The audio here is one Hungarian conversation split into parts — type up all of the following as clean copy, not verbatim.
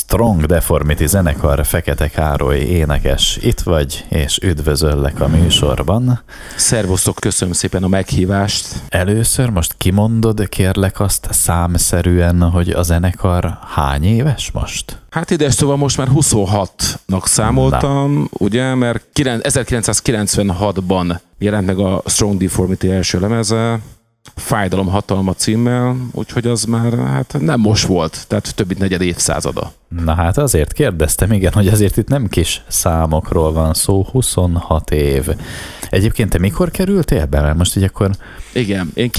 Strong Deformity zenekar, Fekete Károly énekes, itt vagy, és üdvözöllek a műsorban. Szervusztok, köszönöm szépen a meghívást. Először most kimondod, kérlek azt számszerűen, hogy a zenekar hány éves most? Hát idestova most már 26-nak számoltam, ugye, mert 1996-ban jelent meg a Strong Deformity első lemeze, Fájdalom hatalma címmel, úgyhogy az már hát nem most volt, tehát több mint negyed évszázada. Na hát azért kérdeztem, igen, hogy azért itt nem kis számokról van szó, 26 év. Egyébként te mikor kerültél be? Mert most így akkor... Igen, én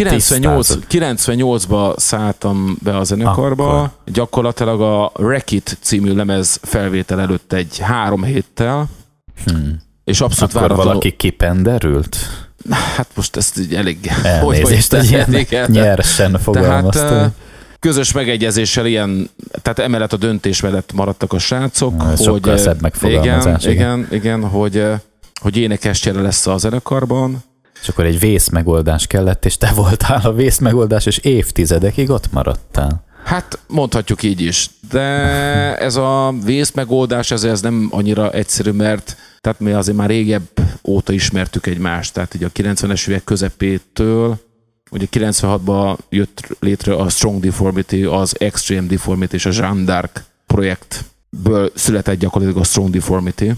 98-ba szálltam be a zenekarba, akkor. Gyakorlatilag a Wreck-It című lemez felvétel előtt egy 3 héttel, és abszolút akkor valaki kipenderült? Hát most ezt így elég... Elnézést, hogy ilyen nyersen fogalmaztam. Tehát közös megegyezéssel ilyen, tehát emellett a döntés mellett maradtak a srácok, sokkal szebb megfogalmazás. Igen, hogy énekescsere lesz a zenekarban. És akkor egy vészmegoldás kellett, és te voltál a vészmegoldás, és évtizedekig ott maradtál. Hát mondhatjuk így is, de ez a vészmegoldás ez nem annyira egyszerű, mert tehát mi azért már régebb óta ismertük egymást, tehát így a 90-es évek közepétől, ugye 96-ban jött létre a Strong Deformity, az Extreme Deformity és a Jeanne d'Arc projektből született gyakorlatilag a Strong Deformity.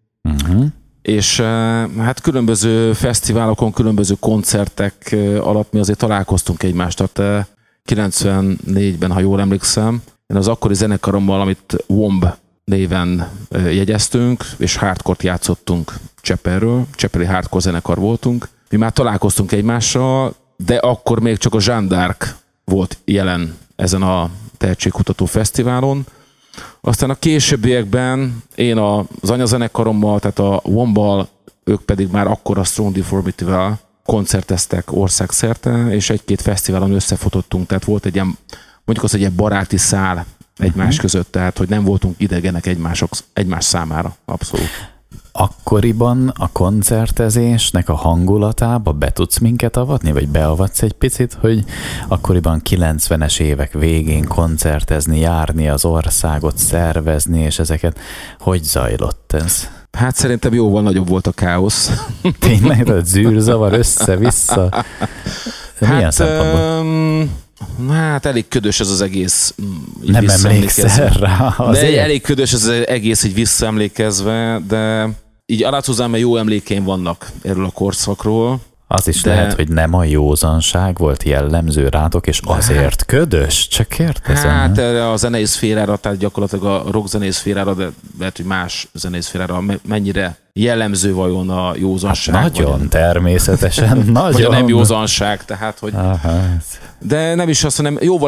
És hát különböző fesztiválokon, különböző koncertek alatt mi azért találkoztunk egymást, tehát 94-ben, ha jól emlékszem, én az akkori zenekarommal, amit Womb néven jegyeztünk, és hardcore-t játszottunk Csepelről, csepeli hardcore zenekar voltunk. Mi már találkoztunk egymással, de akkor még csak a Jeanne d'Arc volt jelen ezen a tehetségkutató fesztiválon. Aztán a későbbiekben én az anyazenekarommal, tehát a Wombbal, ők pedig már akkor a Strong Deformity-vel koncerteztek országszerte, és egy-két fesztiválon összefutottunk, tehát volt egy ilyen, mondjuk az egy ilyen baráti szál egymás között, tehát hogy nem voltunk idegenek egymás számára, abszolút. Akkoriban a koncertezésnek a hangulatába be tudsz minket avatni, vagy beavatsz egy picit, hogy akkoriban 90-es évek végén koncertezni, járni az országot, szervezni, és ezeket hogy zajlott ez? Hát szerintem jóval nagyobb volt a káosz. Tényleg, tehát zűrzavar össze-vissza? Milyen szempontból? Hát elég ködös ez az egész. Nem emlékszel rá. De elég ködös ez az egész így visszaemlékezve, de így aláthozzám, jó emlékeim vannak erről a korszakról. Az is lehet, hogy nem a józanság volt jellemző rátok, és azért ködös? Csak kérdezem. Hát erre a zenei szférára, tehát gyakorlatilag a rock zenei szférára, de lehet, hogy más zenei szférára mennyire jellemző vajon a józanság? Hát nagyon természetesen. Nagyon. Vagy a nem józanság, tehát hogy... De nem is azt, hanem jóval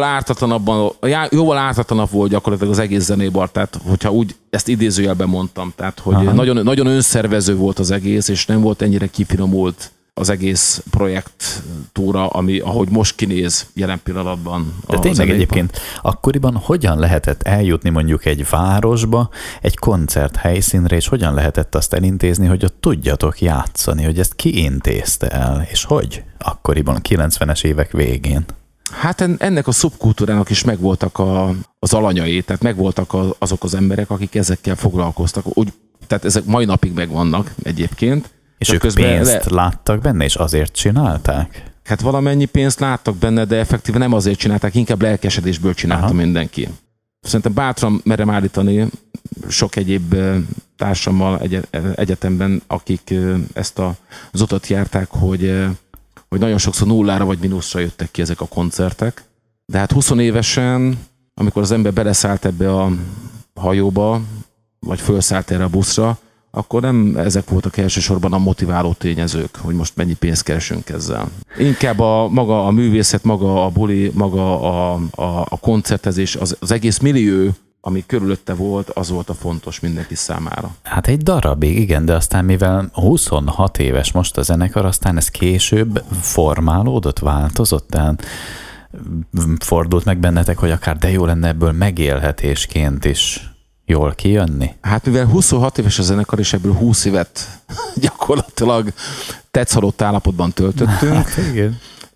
ártatlanabb volt gyakorlatilag az egész zenében, tehát hogyha úgy ezt idézőjelben mondtam, tehát hogy nagyon, nagyon önszervező volt az egész, és nem volt ennyire kifinomult az egész projektúra, ami ahogy most kinéz jelen pillanatban. De tényleg egyébként akkoriban hogyan lehetett eljutni mondjuk egy városba, egy koncert helyszínre, és hogyan lehetett azt elintézni, hogy ott tudjatok játszani, hogy ezt ki intézte el, és hogy akkoriban, 90-es évek végén? Hát ennek a szubkultúrának is megvoltak az alanyai, tehát megvoltak azok az emberek, akik ezekkel foglalkoztak. Tehát ezek mai napig megvannak egyébként. És ők pénzt láttak benne, és azért csinálták? Hát valamennyi pénzt láttak benne, de effektíven nem azért csinálták, inkább lelkesedésből csinálta mindenki. Szerintem bátran merem állítani sok egyéb társammal egyetemben, akik ezt az utat járták, hogy nagyon sokszor nullára vagy mínuszra jöttek ki ezek a koncertek. De hát 20 évesen, amikor az ember beleszállt ebbe a hajóba, vagy felszállt erre a buszra, akkor nem ezek voltak elsősorban a motiváló tényezők, hogy most mennyi pénzt keresünk ezzel. Inkább maga a művészet, maga a buli, maga a koncertezés, az egész millió, ami körülötte volt, az volt a fontos mindenki számára. Hát egy darabig, igen, de aztán mivel 26 éves most a zenekar, aztán ez később formálódott, változott, tehát fordult meg bennetek, hogy akár de jó lenne ebből megélhetésként is jól kijönni? Hát mivel 26 éves a zenekar, és ebből 20 évet gyakorlatilag tetszhalott állapotban töltöttünk, hát, igen.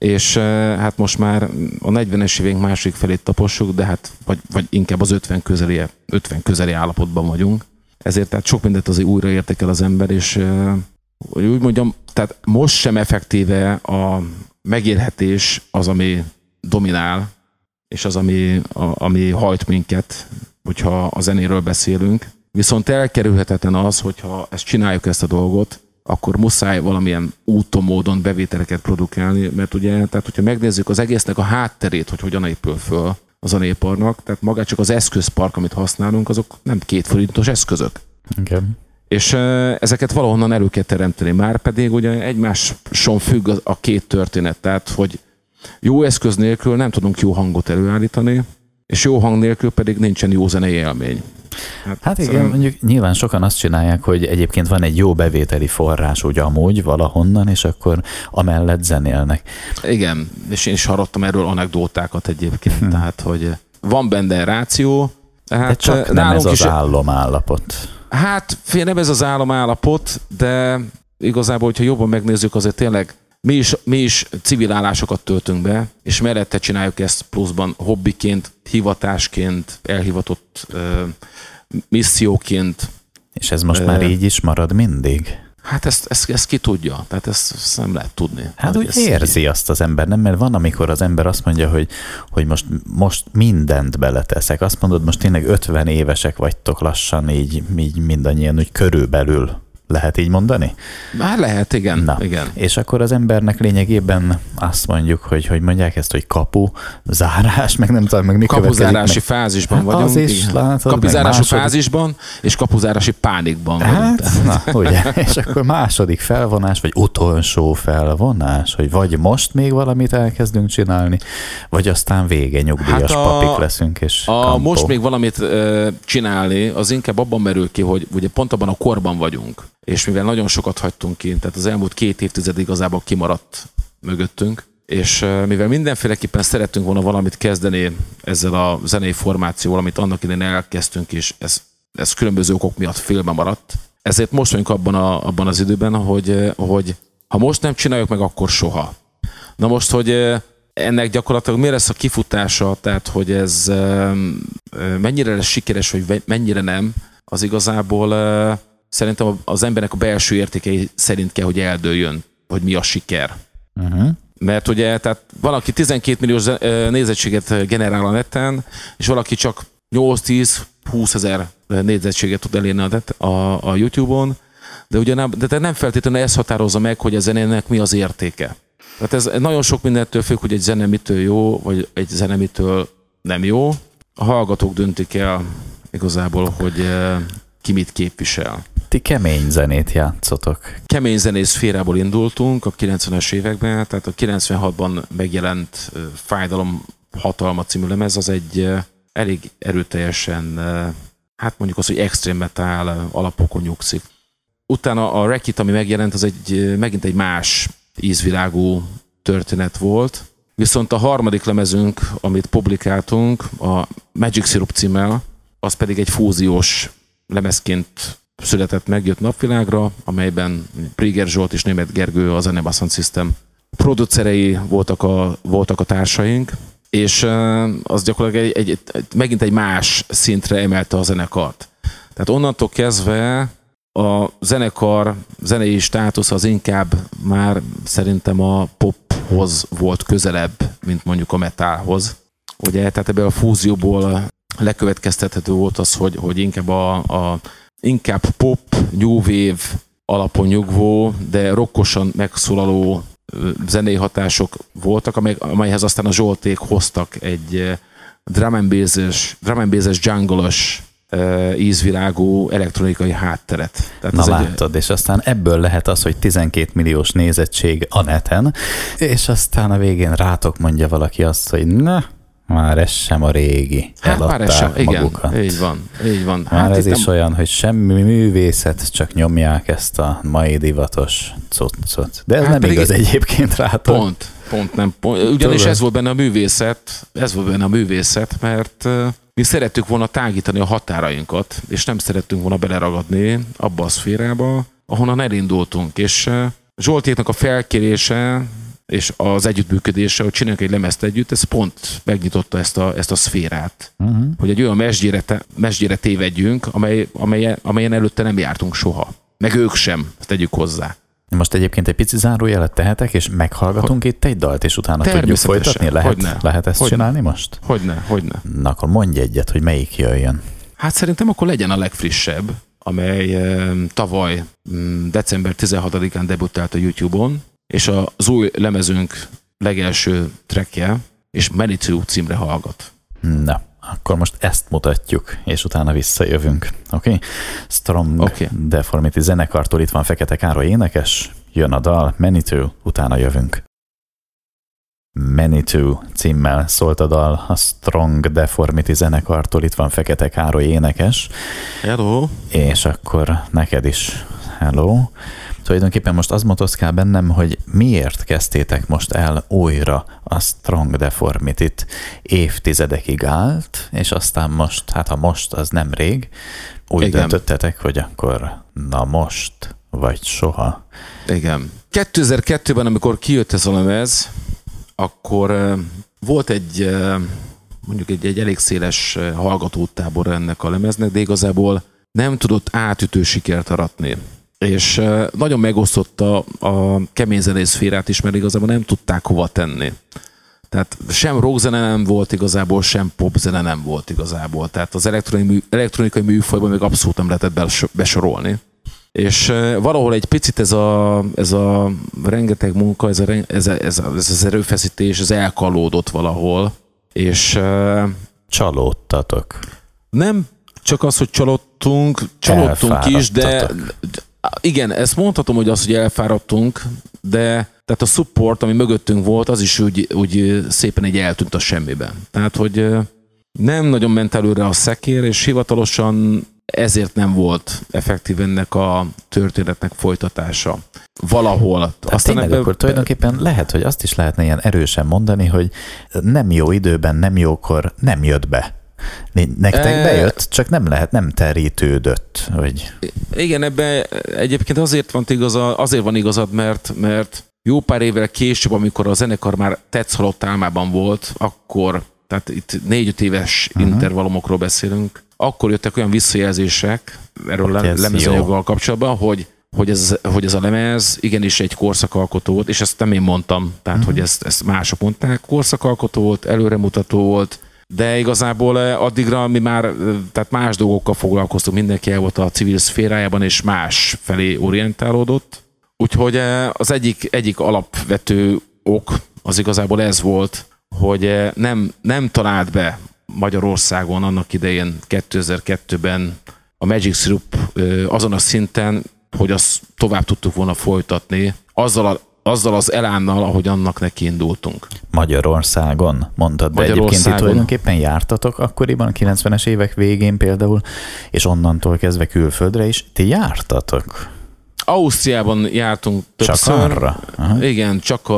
és hát most már a 40-es événk második felét tapossuk, de hát vagy inkább az 50 közeli állapotban vagyunk. Ezért tehát sok mindent azért újra értékel az ember, és hogy úgy mondjam, tehát most sem effektíve a megélhetés az, ami dominál, és az, ami hajt minket, hogyha a zenéről beszélünk. Viszont elkerülhetetlen az, hogyha ezt csináljuk ezt a dolgot, akkor muszáj valamilyen úton, módon bevételeket produkálni, mert ugye, tehát hogyha megnézzük az egésznek a hátterét, hogy hogyan épül föl a zenéparnak, tehát magát csak az eszközpark, amit használunk, azok nem 2 forintos eszközök. Okay. És ezeket valahonnan elő kell teremteni. Már pedig ugye egymáson függ a két történet, tehát hogy jó eszköz nélkül nem tudunk jó hangot előállítani, és jó hang nélkül pedig nincsen jó zenei élmény. Hát igen, mondjuk nyilván sokan azt csinálják, hogy egyébként van egy jó bevételi forrás úgy amúgy valahonnan, és akkor amellett zenélnek. Igen, és én is hallottam erről anekdótákat egyébként, tehát hogy van benne ráció. Hát, de csak nem ez az álomállapot. Hát nem ez az álomállapot, de igazából, hogyha jobban megnézzük, azért tényleg mi is civil állásokat töltünk be, és mellette csináljuk ezt pluszban hobbiként, hivatásként, elhivatott misszióként. És ez most már így is marad mindig? Hát ezt ki tudja, tehát ezt nem lehet tudni. Hát úgy érzi azt az ember, nem? Mert van, amikor az ember azt mondja, hogy most mindent beleteszek. Azt mondod, most tényleg 50 évesek vagytok lassan, így mindannyian úgy körülbelül. Lehet így mondani? Már lehet, igen. Na, igen. És akkor az embernek lényegében azt mondjuk, hogy mondják ezt, hogy kapu, zárás, meg nem tudom, meg mi kapuzárási fázisban vagyunk. Az is, látod, kapuzárási fázisban, és kapuzárási pánikban vagyunk. Na, ugye, és akkor második felvonás, vagy utolsó felvonás, hogy vagy most még valamit elkezdünk csinálni, vagy aztán vége, nyugdíjas papik leszünk, és most még valamit csinálni, az inkább abban merül ki, hogy ugye pont abban a korban vagyunk. És mivel nagyon sokat hagytunk ki, tehát az elmúlt 2 évtized igazából kimaradt mögöttünk, és mivel mindenféleképpen szerettünk volna valamit kezdeni ezzel a zenei formációval, amit annak idején elkezdtünk, és ez különböző okok miatt félbe maradt, ezért most vagyunk abban az időben, hogy ha most nem csináljuk meg, akkor soha. Na most, hogy ennek gyakorlatilag mi lesz a kifutása, tehát hogy ez mennyire lesz sikeres, vagy mennyire nem, az igazából szerintem az embernek a belső értékei szerint kell, hogy eldőljön, hogy mi a siker. Uh-huh. Mert ugye, tehát valaki 12 milliós nézettséget generál a neten, és valaki csak 8-10-20 ezer nézettséget tud elérni a YouTube-on, de ugye nem feltétlenül ez határozza meg, hogy a zenének mi az értéke. Tehát ez nagyon sok mindentől függ, hogy egy zene mitől jó, vagy egy zene mitől nem jó. A hallgatók döntik el igazából, hogy ki mit képvisel. Ti kemény zenét játszotok. Kemény zenés szférából indultunk a 90-es években, tehát a 96-ban megjelent Fájdalom hatalma című lemez, az egy elég erőteljesen, hát mondjuk az, hogy extrém metal alapokon nyugszik. Utána a Wreck It, ami megjelent, az megint egy más ízvilágú történet volt. Viszont a harmadik lemezünk, amit publikáltunk, a Magic Syrup címmel, az pedig egy fúziós lemezként született meg, jött napvilágra, amelyben Priger Zsolt és Németh Gergő, a Zene Basson System producerei voltak a társaink, és az gyakorlatilag megint egy más szintre emelte a zenekart. Tehát onnantól kezdve a zenekar zenei státusz az inkább már szerintem a pophoz volt közelebb, mint mondjuk a metalhoz. Ugye, tehát ebből a fúzióból lekövetkeztethető volt az, hogy inkább inkább pop, new wave alapon nyugvó, de rockosan megszólaló zenei hatások voltak, amelyhez aztán a Zsolték hoztak egy drum and bass-es jungle-os ízvilágú elektronikai hátteret. Tehát na láttad, és aztán ebből lehet az, hogy 12 milliós nézettség a neten, és aztán a végén rátok mondja valaki azt, hogy na, már ez sem a régi. Eladták magukat. Igen, így van. Már hát ez is olyan, hogy semmi művészet, csak nyomják ezt a mai divatos cuccot. De ez nem igaz egyébként rátok. Pont nem. Ugyanis ez volt benne a művészet, mert mi szerettük volna tágítani a határainkat, és nem szerettünk volna beleragadni abba a szférába, ahonnan elindultunk. És Zsoltéknak a felkérése és az együttműködésre, hogy csináljunk egy lemezt együtt, ez pont megnyitotta ezt a szférát. Hogy egy olyan mesdjére tévedjünk, amelyen előtte nem jártunk soha. Meg ők sem, tegyük hozzá. Most egyébként egy pici zárójelet tehetek, és meghallgatunk itt egy dalt, és utána tudjuk folytatni? Lehet ezt csinálni most? Hogyne. Na akkor mondj egyet, hogy melyik jöjjön. Hát szerintem akkor legyen a legfrissebb, amely tavaly december 16-án debütált a YouTube-on, és az új lemezünk legelső trackje, és Manitou címre hallgat. Na, akkor most ezt mutatjuk, és utána visszajövünk. Oké? Strong Deformity zenekartól itt van Fekete Károly énekes, jön a dal, Manitou, utána jövünk. Manitou címmel szólt a dal a Strong Deformity zenekartól, itt van Fekete Károly énekes. Hello! És akkor neked is hello. Tulajdonképpen most az motoszkál bennem, hogy miért kezdtétek most el újra a Strong Deformity-t? Évtizedekig állt, és aztán most, hát ha most, az nem rég, úgy döntöttetek, hogy akkor na most, vagy soha. Igen. 2002-ben, amikor kijött ez a lemez, akkor volt mondjuk egy elég széles hallgatótábor ennek a lemeznek, de igazából nem tudott átütő sikert aratni. És nagyon megosztotta a kemény zenei szférát is, mert igazából nem tudták hova tenni. Tehát sem rockzene nem volt igazából, sem popzene nem volt igazából. Tehát az elektronikai műfajban még abszolút nem lehetett besorolni. És valahol egy picit ez a rengeteg munka, ez az erőfeszítés, ez elkallódott valahol. És csalódtatok. Nem csak az, hogy csalódtunk is, de igen, ezt mondhatom, hogy az, hogy elfáradtunk, de tehát a support, ami mögöttünk volt, az is úgy szépen így eltűnt a semmiben. Tehát, hogy nem nagyon ment előre a szekér, és hivatalosan ezért nem volt effektív ennek a történetnek folytatása. Valahol. Aztán akkor tulajdonképpen lehet, hogy azt is lehetne ilyen erősen mondani, hogy nem jó időben, nem jókor nem jött be. Nektek bejött, csak nem terítődött. Hogy... Igen, ebben egyébként azért van igazad, mert jó pár évvel később, amikor a zenekar már tetszhalott álmában volt, akkor, tehát itt 4-5 éves intervallumokról beszélünk, akkor jöttek olyan visszajelzések erről a lemezanyaggal kapcsolatban, hogy ez a lemez igenis egy korszakalkotó volt, és ezt nem én mondtam, tehát hogy ezt mások mondták, korszakalkotó volt, előremutató volt, de igazából addigra mi már tehát más dolgokkal foglalkoztunk, mindenki el volt a civil szférájában, és más felé orientálódott. Úgyhogy az egyik alapvető ok az igazából ez volt, hogy nem talált be Magyarországon annak idején 2002-ben a Magic Syrup azon a szinten, hogy azt tovább tudtuk volna folytatni, azzal az elánnal, ahogy annak neki indultunk. Magyarországon mondtad, de egyébként itt tulajdonképpen jártatok akkoriban, 90-es évek végén például, és onnantól kezdve külföldre is. Ti jártatok? Ausztriában jártunk többször. Csak arra? Aha. Igen,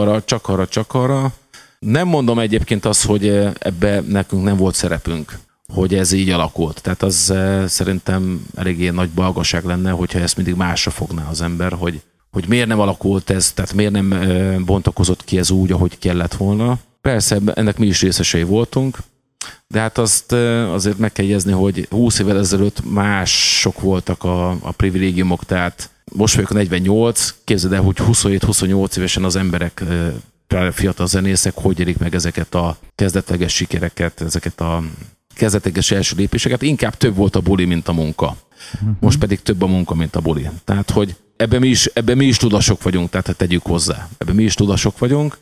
csak arra. Nem mondom egyébként azt, hogy ebbe nekünk nem volt szerepünk, hogy ez így alakult. Tehát az szerintem eléggé nagy balgaság lenne, hogyha ezt mindig másra fogná az ember, hogy miért nem alakult ez, tehát miért nem bontakozott ki ez úgy, ahogy kellett volna. Persze ennek mi is részesei voltunk, de hát azt azért meg kell jegyezni, hogy 20 évvel ezelőtt mások voltak a privilégiumok, tehát most vagyok a 48, képzeld el, hogy 27-28 évesen az emberek, fiatal zenészek, hogy érik meg ezeket a kezdetleges sikereket, ezeket a kezdetleges első lépéseket. Inkább több volt a buli, mint a munka. Most pedig több a munka, mint a buli. Tehát, hogy ebben mi is tudasok vagyunk, tehát tegyük hozzá. Ebben mi is tudasok vagyunk.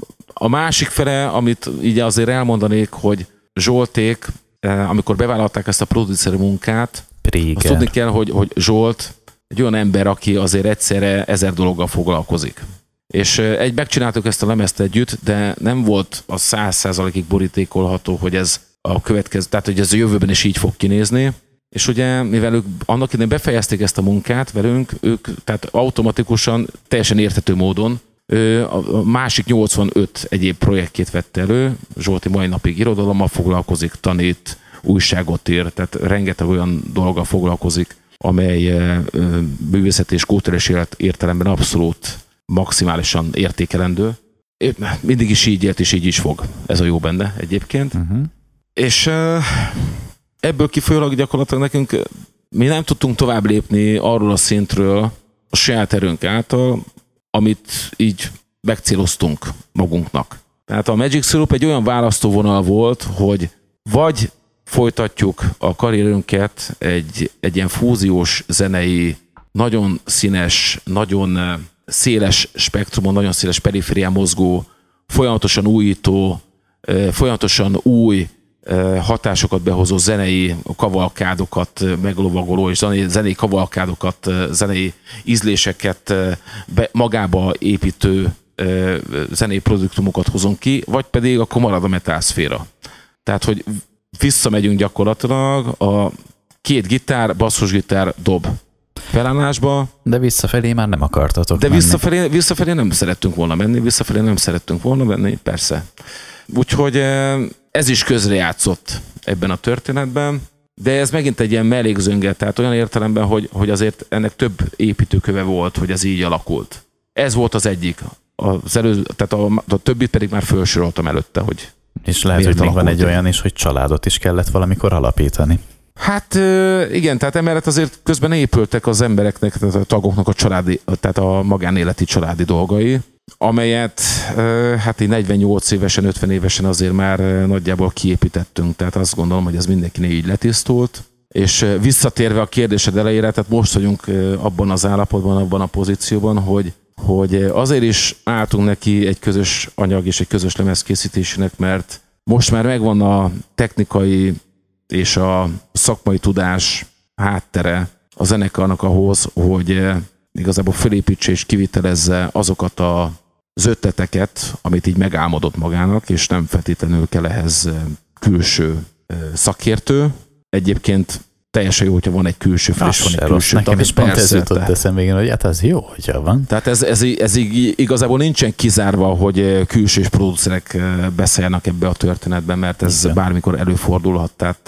A másik fele, amit így azért elmondanék, hogy Zsolték, amikor bevállalták ezt a produceri munkát, azt tudni kell, hogy Zsolt egy olyan ember, aki azért egyszerre 1000 dologgal foglalkozik. És megcsináltuk ezt a lemezt együtt, de nem volt a 100%-ig borítékolható, hogy ez a következő, tehát hogy ez a jövőben is így fog kinézni. És ugye, mivel ők annak idején befejezték ezt a munkát velünk, ők tehát automatikusan, teljesen érthető módon a másik 85 egyéb projektjét vette elő. Zsolti mai napig irodalommal foglalkozik, tanít, újságot ír, tehát rengeteg olyan dologgal foglalkozik, amely művészeti és kulturális értelemben abszolút maximálisan értékelendő. mindig is így élt, és így is fog. Ez a jó benne egyébként. És ebből kifolyólag gyakorlatilag nekünk mi nem tudtunk tovább lépni arról a szintről a saját erőnk által, amit így megcéloztunk magunknak. Tehát a Magic Syrup egy olyan választóvonal volt, hogy vagy folytatjuk a karrierünket egy ilyen fúziós zenei, nagyon színes, nagyon széles spektrumon, nagyon széles periférián mozgó, folyamatosan újító, folyamatosan új hatásokat behozó zenei kavalkádokat meglovagoló, és zenei kavalkádokat, zenei ízléseket magába építő zenei produktumokat hozunk ki, vagy pedig akkor marad a metálszféra. Tehát, hogy visszamegyünk gyakorlatilag a két gitár, basszusgitár, dob felállásba. De visszafelé már nem akartatok De menni. visszafelé nem szerettünk volna menni, persze. Úgyhogy ez is közrejátszott ebben a történetben, de ez megint egy ilyen mellékzönge, tehát olyan értelemben, hogy azért ennek több építőköve volt, hogy ez így alakult. Ez volt az egyik. Tehát a többit pedig már felsoroltam előtte, hogy és lehet, hogy még van egy olyan is, hogy családot is kellett valamikor alapítani. Hát igen, tehát emellett azért közben épültek az embereknek, tehát a tagoknak a családi, tehát a magánéleti családi dolgai, amelyet hát így 48 évesen, 50 évesen azért már nagyjából kiépítettünk, tehát azt gondolom, hogy ez mindenkinek így letisztult. És visszatérve a kérdésed elejére, tehát most vagyunk abban az állapotban, abban a pozícióban, hogy azért is álltunk neki egy közös anyag és egy közös lemezkészítésének, mert most már megvan a technikai és a szakmai tudás háttere a zenekarnak ahhoz, hogy igazából felépítse és kivitelezze azokat az ötleteket, amit így megálmodott magának, és nem feltétlenül kell ehhez külső szakértő. Egyébként teljesen jó, hogyha van egy külső fel, és van egy külső. Nekem is pont ez jutott eszembe, hogy hát az jó, hogyha van. Tehát ez igazából nincsen kizárva, hogy külsős producerek beszélnek ebbe a történetbe, mert ez bármikor előfordulhat. Tehát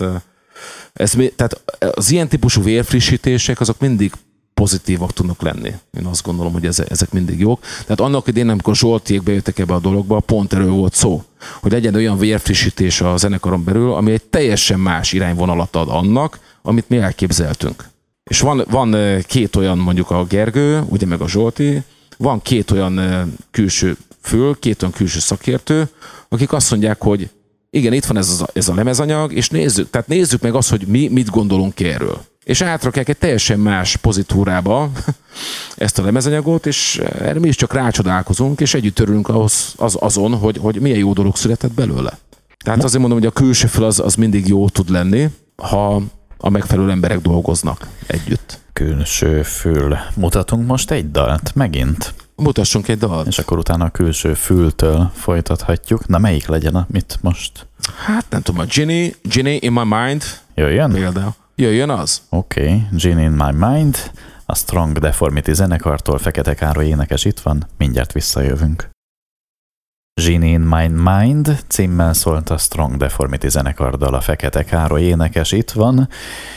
az ilyen típusú vérfrissítések azok mindig pozitívak tudnak lenni. Én azt gondolom, hogy ezek mindig jók. Tehát annak idén, amikor Zsoltiék bejöttek ebbe a dologba, pont erről volt szó, hogy legyen olyan vérfrissítés a zenekaron belül, ami egy teljesen más irányvonalat ad annak, amit mi elképzeltünk. És van két olyan, mondjuk a Gergő, ugye meg a Zsolti, van két olyan külső két olyan külső szakértő, akik azt mondják, hogy igen, itt van ez a lemezanyag, és nézzük meg azt, hogy mi mit gondolunk erről. És átrakják egy teljesen más pozitúrába ezt a lemezanyagot, és erre mi is csak rácsodálkozunk, és együtt örülünk azon, hogy milyen jó dolog született belőle. Tehát azért mondom, hogy a külső fül az mindig jó tud lenni, ha a megfelelő emberek dolgoznak együtt. Külső fül. Mutatunk most egy dalt megint? Mutassunk egy dalt. És akkor utána a külső fültől folytathatjuk. Na, melyik legyen a mit most? Hát nem tudom, a Ginny in my mind. Jöjjön? Például. Jöjjön az. Oké, Ginny in my mind. A Strong Deformity zenekartól Fekete Károly énekes itt van. Mindjárt visszajövünk. Ginny in my mind címmel szólt a Strong Deformity zenekardal a Fekete Károly énekes itt van,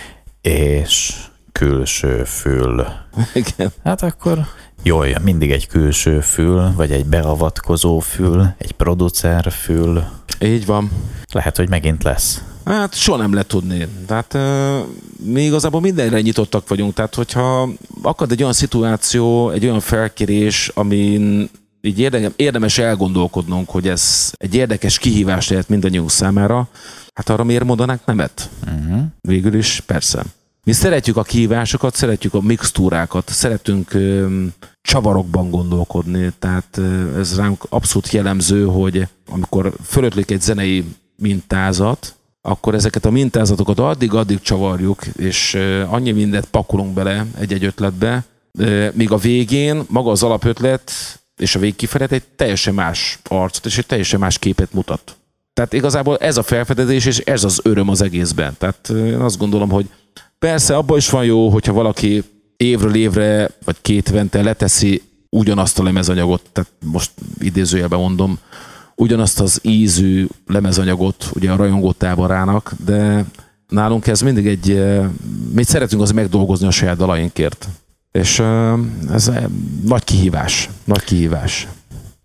és külső fül. Igen. Hát akkor jól, mindig egy külső fül, vagy egy beavatkozó fül, egy producer fül. Így van. Lehet, hogy megint lesz. Hát soha nem lehet tudni. Tehát mi igazából mindenre nyitottak vagyunk. Tehát hogyha akad egy olyan szituáció, egy olyan felkérés, amin így érdemes elgondolkodnunk, hogy ez egy érdekes kihívás lehet mindannyiunk számára, hát arra miért mondanánk nemet? Végül is persze. Mi szeretjük a kihívásokat, szeretjük a mixtúrákat, szeretünk csavarokban gondolkodni, tehát ez ránk abszolút jellemző, hogy amikor fölötlik egy zenei mintázat, akkor ezeket a mintázatokat addig csavarjuk, és annyi mindent pakolunk bele egy-egy ötletbe, míg a végén maga az alapötlet és a végkifejlet egy teljesen más arcot és egy teljesen más képet mutat. Tehát igazából ez a felfedezés és ez az öröm az egészben. Tehát én azt gondolom, hogy persze abban is van jó, hogyha valaki évről évre vagy 2 évente leteszi ugyanazt a lemezanyagot, tehát most idézőjelben mondom, ugyanazt az ízű lemezanyagot ugye a rajongó táborának, de nálunk ez mindig mit szeretünk az megdolgozni a saját dalainkért. És ez nagy kihívás.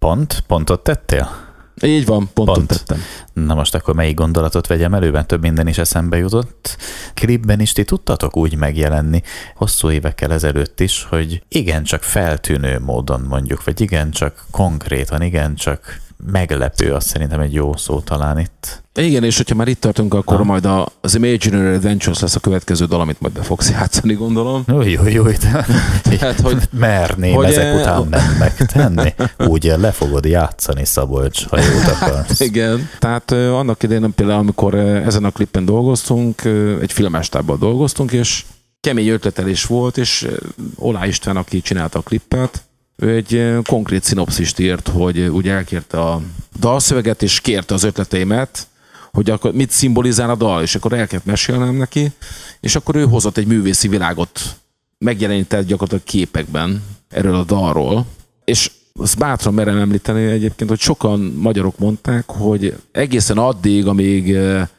Pontot tettél? Így van, pontot tettem. Na most akkor melyik gondolatot vegyem elő, mert több minden is eszembe jutott. Klipben is ti tudtatok úgy megjelenni hosszú évekkel ezelőtt is, hogy igencsak feltűnő módon mondjuk, vagy igencsak konkrétan, igencsak meglepő, azt szerintem egy jó szó talán itt. Igen, és hogyha már itt tartunk, akkor majd az Imaginary Adventures lesz a következő dal, amit majd be fogsz játszani, gondolom. Új, tehát, hogy merném hogy ezek után nem megtenni. Úgy le fogod játszani, Szabolcs, ha jót akarsz. Igen, tehát annak idején például, amikor ezen a klippen dolgoztunk, egy filmestában dolgoztunk, és kemény ötletelés volt, és Olá István, aki csinálta a klippet, ő egy konkrét szinopszist írt, hogy ugye elkérte a dalszöveget, és kérte az ötleteimet, hogy akkor mit szimbolizál a dal, és akkor el kellett mesélnem neki, és akkor ő hozott egy művészi világot, megjelenített gyakorlatilag képekben erről a dalról, és azt bátran merem említeni egyébként, hogy sokan magyarok mondták, hogy egészen addig, amíg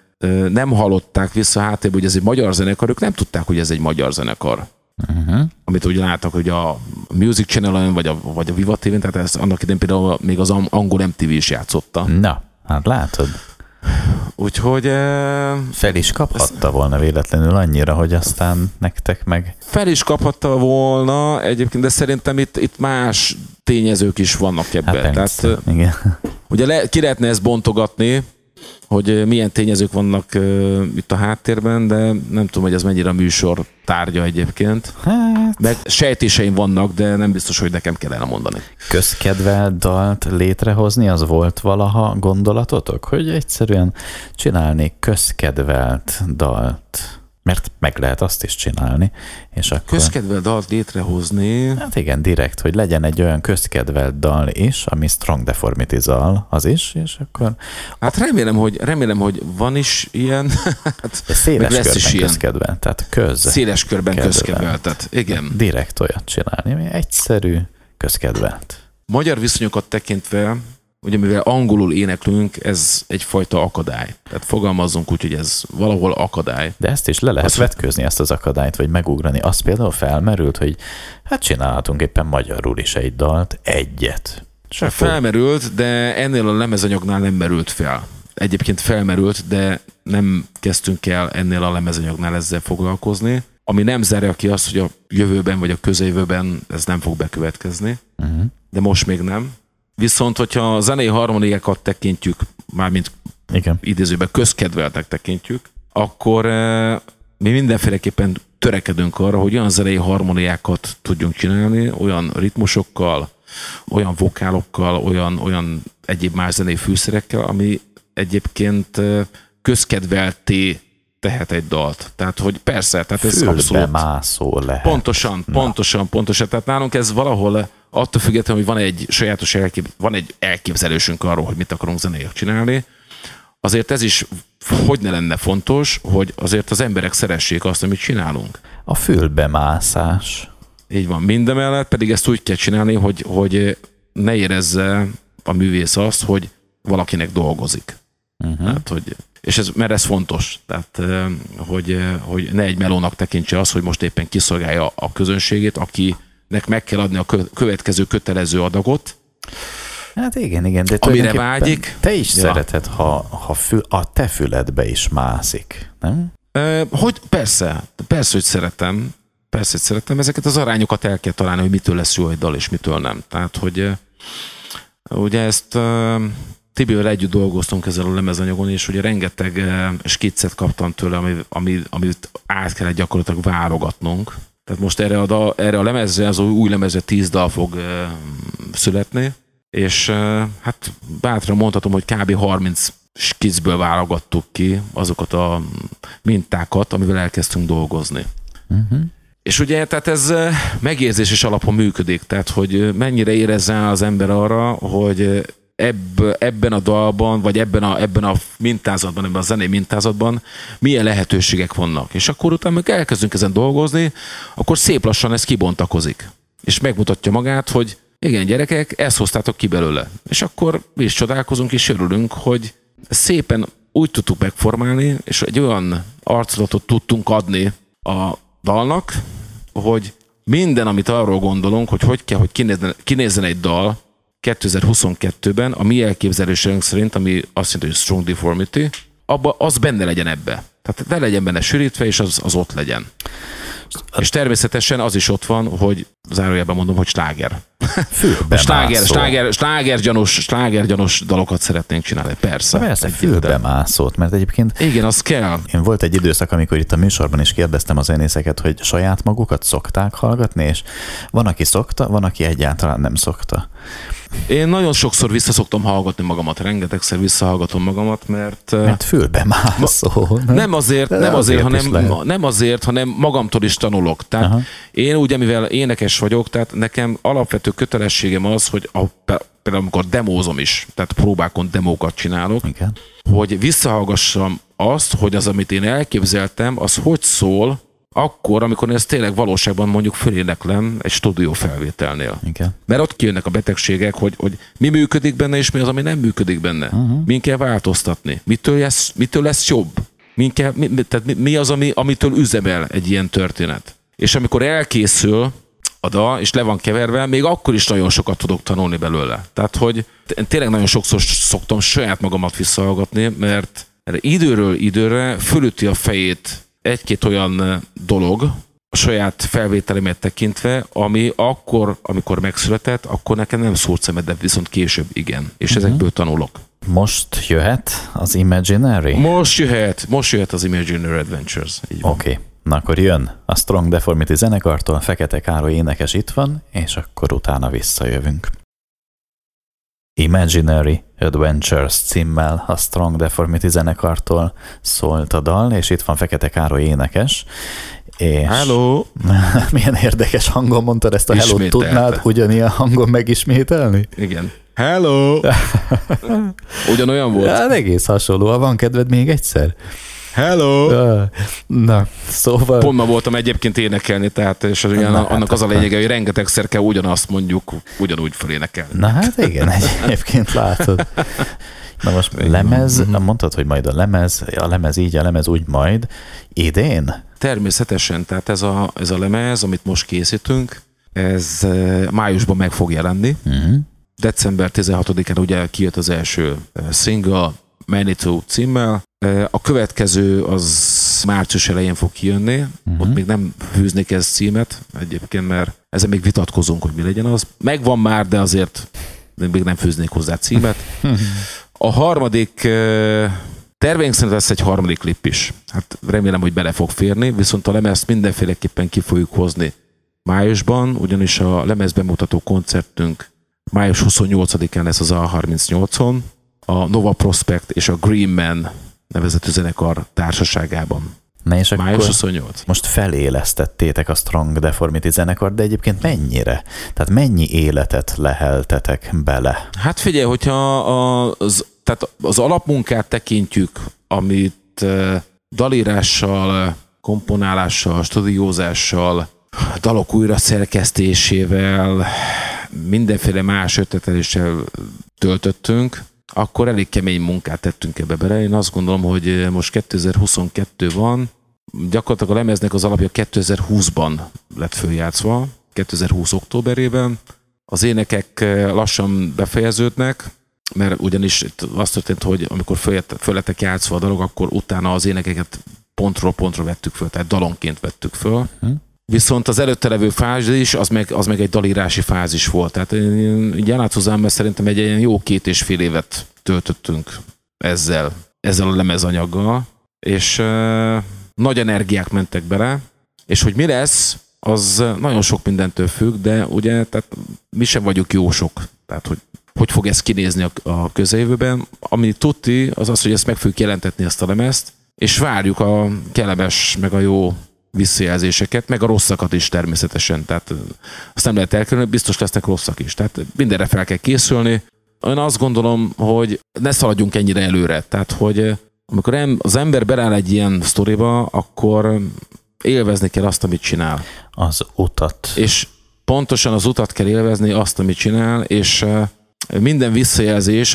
nem hallották vissza a háttérbe, hogy ez egy magyar zenekar, ők nem tudták, hogy ez egy magyar zenekar. Amit úgy láttak, hogy a Music Channel-en, vagy a Viva TV-n, tehát ezt annak idején például még az angol MTV is játszotta. Na, hát látod. Úgyhogy... fel is kaphatta volna véletlenül annyira, hogy aztán nektek meg... Fel is kaphatta volna egyébként, de szerintem itt más tényezők is vannak ebben. Hát persze, igen. Ugye ki lehetne ezt bontogatni, hogy milyen tényezők vannak itt a háttérben, de nem tudom, hogy ez mennyire a műsor tárgya egyébként. Hát... Meg sejtéseim vannak, de nem biztos, hogy nekem kellene mondani. Közkedvelt dalt létrehozni, az volt valaha gondolatotok? Hogy egyszerűen csinálni közkedvelt dalt? Mert meg lehet azt is csinálni. És akkor... Közkedvelt dalt létrehozni? Hát igen, direkt, hogy legyen egy olyan közkedvelt dal is, ami Strong Deformity-zal az is, és akkor... Hát remélem, hogy van is ilyen. Hát, széles körben közkedvelt, tehát széles körben közkedveltet, igen. Direkt olyat csinálni, ami egyszerű közkedvelt. Magyar viszonyokat tekintve, ugye mivel angolul éneklünk, ez egyfajta akadály. Tehát fogalmazzunk úgy, hogy ez valahol akadály. De ezt is le lehet vetkőzni, ezt az akadályt, vagy megugrani. Az például felmerült, hogy hát csinálhatunk éppen magyarul is egy dalt, egyet. Felmerült, de ennél a lemezanyagnál nem merült fel. Egyébként felmerült, de nem kezdtünk el ennél a lemezanyagnál ezzel foglalkozni, ami nem zárja ki azt, hogy a jövőben vagy a közeljövőben ez nem fog bekövetkezni, de most még nem. Viszont, hogyha a zenei harmóniákat tekintjük, mármint idézőben közkedveltek tekintjük, akkor mi mindenféleképpen törekedünk arra, hogy olyan zenei harmóniákat tudjunk csinálni, olyan ritmusokkal, olyan vokálokkal, olyan egyéb más zenei fűszerekkel, ami egyébként közkedvelté tehet egy dalt. Tehát, hogy persze, tehát ez abszolút... mászó lehet. Pontosan. Tehát nálunk ez valahol attól függetlenül, hogy van egy sajátos elképzelésünk arról, hogy mit akarunk zeneileg csinálni, azért ez is hogy ne lenne fontos, hogy azért az emberek szeressék azt, amit csinálunk. A fülbemászás. Így van. Mindemellett pedig ezt úgy kell csinálni, hogy ne érezze a művész azt, hogy valakinek dolgozik. Tehát, mert ez fontos. Tehát, hogy ne egy melónak tekintse azt, hogy most éppen kiszolgálja a közönségét, akinek meg kell adni a következő kötelező adagot. Hát igen, de amire vágyik. Te is szereted, ha a te füledbe is mászik, nem? Hogy persze, hogy szeretem. Persze, hogy szeretem. Ezeket az arányokat el kell találni, hogy mitől lesz jó egy dal, és mitől nem. Tehát, hogy ugye ezt Tibivel együtt dolgoztunk ezzel a lemezanyagon, és ugye rengeteg skiccet kaptam tőle, amit át kellett gyakorlatilag válogatnunk. Tehát most erre a lemezre, az új lemezre 10 dal fog születni, és hát bátran mondhatom, hogy kb. 30 skiccből válogattuk ki azokat a mintákat, amivel elkezdtünk dolgozni. És ugye, tehát ez megérzéses alapon működik, tehát hogy mennyire érez rá az ember arra, hogy ebben a dalban, vagy ebben a mintázatban, ebben a zenei mintázatban milyen lehetőségek vannak. És akkor utána meg elkezdünk ezen dolgozni, akkor szép lassan ez kibontakozik. És megmutatja magát, hogy igen, gyerekek, ezt hoztátok ki belőle. És akkor mi is csodálkozunk, és örülünk, hogy szépen úgy tudtuk megformálni, és egy olyan arculatot tudtunk adni a dalnak, hogy minden, amit arról gondolunk, hogy kell, hogy kinézzen egy dal, 2022-ben a mi elképzelésünk szerint, ami azt jelenti, hogy strong deformity, abba az benne legyen ebbe. Tehát ne legyen benne sűrítve, és az ott legyen. És természetesen az is ott van, hogy zárójelben mondom, hogy sláger. Slágergyanús dalokat szeretnénk csinálni, persze. Persze, fülbemászott, mert egyébként... Igen, az kell. Én volt egy időszak, amikor itt a műsorban is kérdeztem a zenészeket, hogy saját magukat szokták hallgatni, és van, aki szokta, van, aki egyáltalán nem szokta. Én nagyon sokszor visszaszoktam hallgatni magamat, rengetegszer visszahallgatom magamat, mert fülbemászó. Nem azért, hanem magamtól is tanulok. Tehát én ugye, mivel énekes vagyok, tehát nekem alapvető kötelességem az, hogy például amikor demózom is, tehát próbákon demókat csinálok, igen, hogy visszahallgassam azt, hogy az, amit én elképzeltem, az hogy szól, akkor, amikor ezt tényleg valóságban mondjuk föléneklem egy stúdiófelvételnél. Okay. Mert ott kijönnek a betegségek, hogy mi működik benne, és mi az, ami nem működik benne. Min kell változtatni? Mitől lesz jobb? Mi az, amitől üzemel egy ilyen történet? És amikor elkészül a dal, és le van keverve, még akkor is nagyon sokat tudok tanulni belőle. Tehát, hogy tényleg nagyon sokszor szoktam saját magamat visszahallgatni, mert időről időre fölüti a fejét egy-két olyan dolog a saját felvételemet tekintve, ami akkor, amikor megszületett, akkor nekem nem szólt szemed, de viszont később igen. És ezekből tanulok. Most jöhet az Imaginary? Most jöhet az Imaginary Adventures. Oké. Na akkor jön a Strong Deformity zenekartól, Fekete Károly énekes itt van, és akkor utána visszajövünk. Imaginary Adventures címmel a Strong Deformity zenekartól szólt a dal, és itt van Fekete Károly énekes. És hello! Milyen érdekes hangon mondtad ezt a hello-t, tudnád ugyanilyen hangon megismételni? Igen. Hello! Ugyanolyan volt? Hát egész hasonló. Van kedved még egyszer? Hello! Na, szóval... Pont ma voltam egyébként énekelni, tehát és annak az a lényege, hogy rengetegszer kell ugyanazt mondjuk, ugyanúgy felénekelni. Na hát igen, egyébként látod. Na most lemez, mondtad, hogy majd a lemez így, a lemez úgy majd. Idén? Természetesen, tehát ez a lemez, amit most készítünk, ez májusban meg fog jelenni. December 16-án ugye kijött az első single, Manitou címmel. A következő az március elején fog kijönni. Ott még nem fűznék ez címet egyébként, mert ezen még vitatkozunk, hogy mi legyen az. Megvan már, de azért még nem fűznék hozzá címet. A harmadik terveink szerint lesz egy harmadik klip is. Hát remélem, hogy bele fog férni, viszont a lemezt mindenféleképpen ki fogjuk hozni májusban, ugyanis a lemez bemutató koncertünk május 28-án lesz az A38-on, a Nova Prospect és a Green Man nevezetű zenekar társaságában. Na és május 28. Most felélesztettétek a Strong Deformity zenekart, de egyébként mennyire? Tehát mennyi életet leheltetek bele? Hát figyelj, hogyha az alapmunkát tekintjük, amit dalírással, komponálással, stúdiózással, dalok újra szerkesztésével, mindenféle más ötleteléssel töltöttünk, akkor elég kemény munkát tettünk ebbe bele. Én azt gondolom, hogy most 2022 van, gyakorlatilag a lemeznek az alapja 2020-ban lett följátszva, 2020 októberében. Az énekek lassan befejeződnek, mert ugyanis itt az történt, hogy amikor föl lettek játszva a dalok, akkor utána az énekeket pontról pontra vettük föl, tehát dalonként vettük föl. Viszont az előtte levő fázis, az meg egy dalírási fázis volt. Tehát így elátszózám, szerintem egy ilyen jó 2,5 évet töltöttünk ezzel a lemezanyaggal, és nagy energiák mentek bele, és hogy mi lesz, az nagyon sok mindentől függ, de ugye tehát mi sem vagyunk jósok. Tehát hogy fog ez kinézni a közeljövőben. Ami tuti, az, hogy ezt meg fogjuk jelentetni, ezt a lemezt, és várjuk a kellemes, meg a jó visszajelzéseket, meg a rosszakat is természetesen. Tehát azt nem lehet elkerülni, biztos lesznek rosszak is. Tehát mindenre fel kell készülni. Én azt gondolom, hogy ne szaladjunk ennyire előre. Tehát, hogy amikor az ember beláll egy ilyen sztoriba, akkor élvezni kell azt, amit csinál. Az utat. És pontosan az utat kell élvezni, azt, amit csinál, és minden visszajelzés,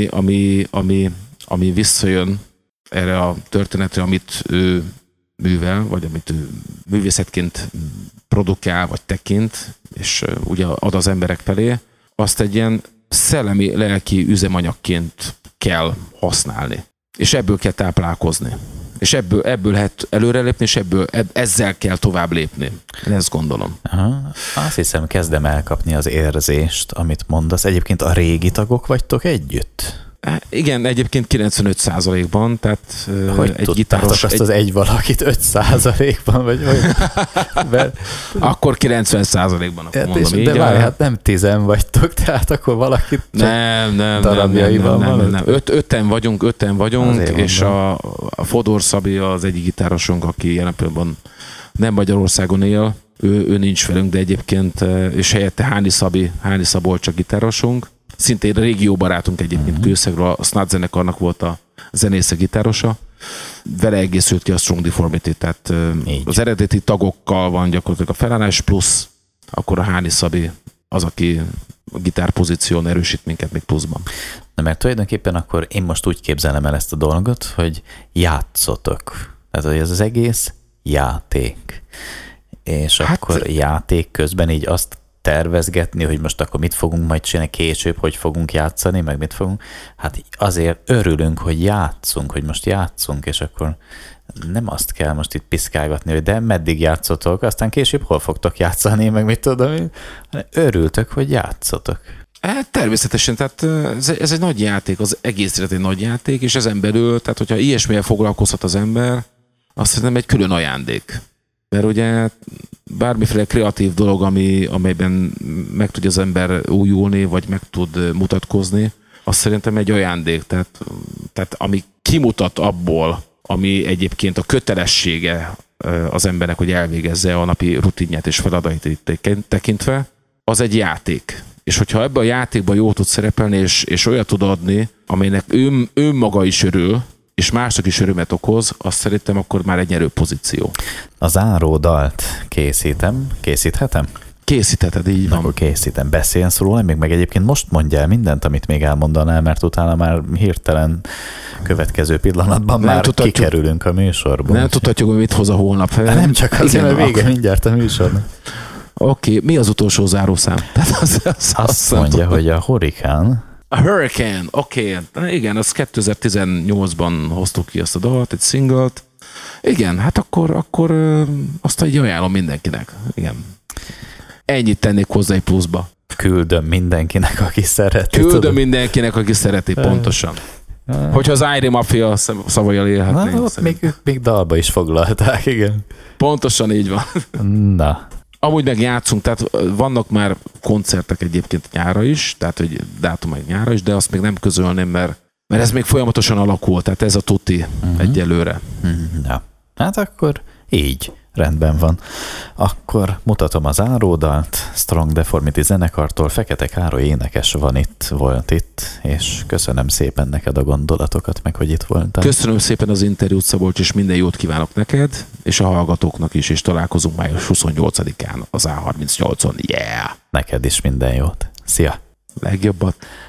ami visszajön erre a történetre, amit ő művel, vagy amit ő művészetként produkál, vagy tekint, és ugye ad az emberek felé, azt egy ilyen szellemi, lelki üzemanyagként kell használni. És ebből kell táplálkozni. És ebből lehet előrelépni, és ezzel kell tovább lépni. Én ezt gondolom. Aha. Azt hiszem, kezdem elkapni az érzést, amit mondasz. Egyébként a régi tagok vagytok együtt? Igen, egyébként 95%-ban, tehát hogy egy gitáros... azt az egy valakit 5%-ban, vagy hogy? Akkor 90%-ban, akkor mondom így. De várj, hát nem 10 vagytok, tehát akkor valakit darabjaival van. Nem. Öten vagyunk, és a Fodor Szabi az egyik gitárosunk, aki jelen pillanatban nem Magyarországon él, ő nincs velünk, de egyébként, és helyette Háni Szabolcs a gitárosunk. Szintén régió barátunk egyébként Kőszegről, a Snad zenekarnak volt a zenésze gitárosa. Vele egészült ki a Strong Deformity, tehát az eredeti tagokkal van gyakorlatilag a felállás, plusz akkor a Háni Szabi az, aki a gitárpozíción erősít minket még pluszban. Na, mert tulajdonképpen akkor én most úgy képzelem el ezt a dolgot, hogy játszotok. Tehát, hogy ez az egész játék. És akkor játék közben így azt tervezgetni, hogy most akkor mit fogunk majd csinálni később, hogy fogunk játszani, meg mit fogunk. Hát azért örülünk, hogy játszunk, hogy most játszunk, és akkor nem azt kell most itt piszkálgatni, hogy de meddig játszotok, aztán később hol fogtok játszani, meg mit tudom én. Örültök, hogy játszotok. Természetesen, tehát ez egy nagy játék, az egész élet egy nagy játék, és ezen belül, tehát hogyha ilyesmivel foglalkozhat az ember, azt szerintem egy külön ajándék. Mert ugye bármiféle kreatív dolog, amelyben meg tudja az ember újulni, vagy meg tud mutatkozni, az szerintem egy ajándék. Tehát ami kimutat abból, ami egyébként a kötelessége az embernek, hogy elvégezze a napi rutinját és feladatait tekintve, az egy játék. És hogyha ebben a játékban jól tud szerepelni, és olyat tud adni, amelynek ő maga is örül, és mások is örömet okoz, azt szerintem akkor már egy nyerő pozíció. A záródalt készíthetem? Készítheted, így van. Akkor készítem. Beszélsz róla, még meg egyébként most mondjál mindent, amit még elmondanál, mert utána már hirtelen következő pillanatban nem már kikerülünk a műsorból. Nem tudhatjuk, hogy mit hoz a holnap. Nem csak azért, mert vége mindjárt a műsornak. Oké, mi az utolsó zárószám? Azt mondja, hogy a Hurricane. A Hurricane, oké. Igen, az 2018-ban hoztuk ki azt a dalt, egy singlet. Igen, hát akkor azt így ajánlom mindenkinek. Igen. Ennyit tennék hozzá egy pluszba. Küldöm mindenkinek, aki szereti. Mindenkinek, aki szereti, pontosan. Hogyha az Irie Mafia szavaival élhetnénk. Még dalba is foglalták, igen. Pontosan így van. Na. Amúgy meg játszunk, tehát vannak már koncertek egyébként nyára is, tehát hogy dátum meg nyára is, de azt még nem közölném, mert ez még folyamatosan alakul, tehát ez a tuti egyelőre. Ja. Hát akkor így. Rendben van. Akkor mutatom az záródalt. Strong Deformity zenekartól Fekete Károly énekes volt itt, és köszönöm szépen neked a gondolatokat, meg hogy itt voltál. Köszönöm szépen az interjút, Szabolcs, és minden jót kívánok neked, és a hallgatóknak is, és találkozunk május 28-án az A38-on. Yeah! Neked is minden jót. Szia! Legjobbat!